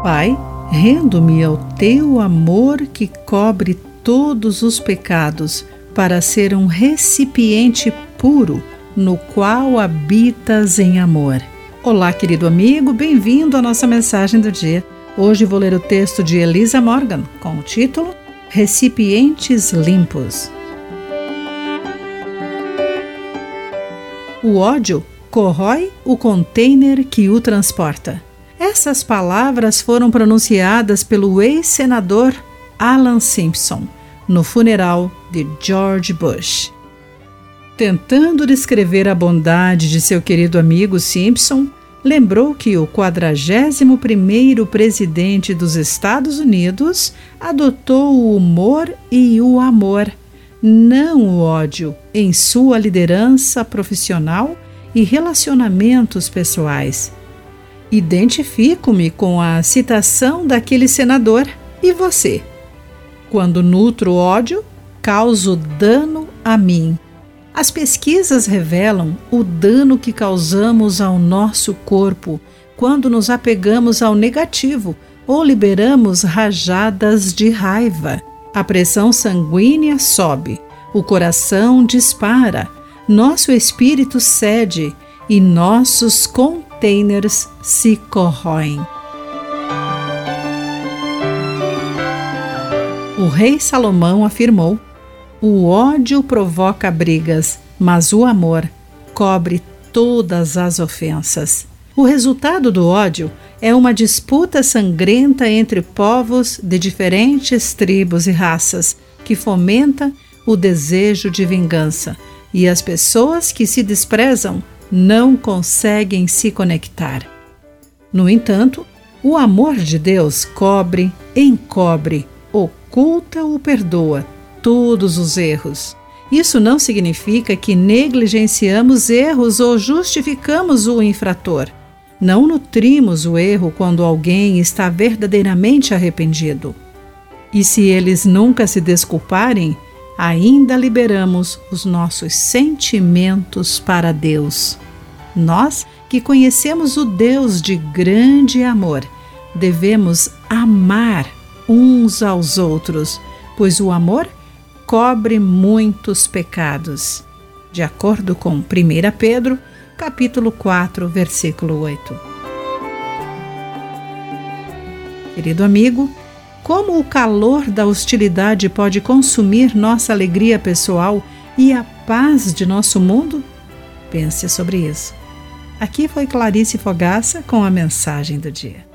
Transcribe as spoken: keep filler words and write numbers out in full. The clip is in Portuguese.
Pai, rendo-me ao teu amor que cobre todos os pecados, para ser um recipiente puro no qual habitas em amor. Olá, querido amigo, bem-vindo à nossa mensagem do dia. Hoje vou ler o texto de Elisa Morgan com o título Recipientes Limpos. O ódio corrói o container que o transporta. Essas palavras foram pronunciadas pelo ex-senador Alan Simpson no funeral de George Bush. Tentando descrever a bondade de seu querido amigo Simpson, lembrou que o quadragésimo primeiro presidente dos Estados Unidos adotou o humor e o amor, não o ódio, em sua liderança profissional e relacionamentos pessoais. Identifico-me com a citação daquele senador. E você? Quando nutro ódio, causo dano a mim. As pesquisas revelam o dano que causamos ao nosso corpo quando nos apegamos ao negativo ou liberamos rajadas de raiva. A pressão sanguínea sobe, o coração dispara, nosso espírito cede e nossos containers se corroem. O rei Salomão afirmou: o ódio provoca brigas, mas o amor cobre todas as ofensas. O resultado do ódio é uma disputa sangrenta entre povos de diferentes tribos e raças, que fomenta o desejo de vingança, e as pessoas que se desprezam não conseguem se conectar. No entanto, o amor de Deus cobre, encobre, oculta ou perdoa todos os erros. Isso não significa que negligenciamos erros ou justificamos o infrator. Não nutrimos o erro quando alguém está verdadeiramente arrependido. E se eles nunca se desculparem, ainda liberamos os nossos sentimentos para Deus. Nós, que conhecemos o Deus de grande amor, devemos amar uns aos outros, pois o amor cobre muitos pecados. De acordo com primeira Pedro, capítulo quatro, versículo oito. Querido amigo, como o calor da hostilidade pode consumir nossa alegria pessoal e a paz de nosso mundo? Pense sobre isso. Aqui foi Clarice Fogaça com a mensagem do dia.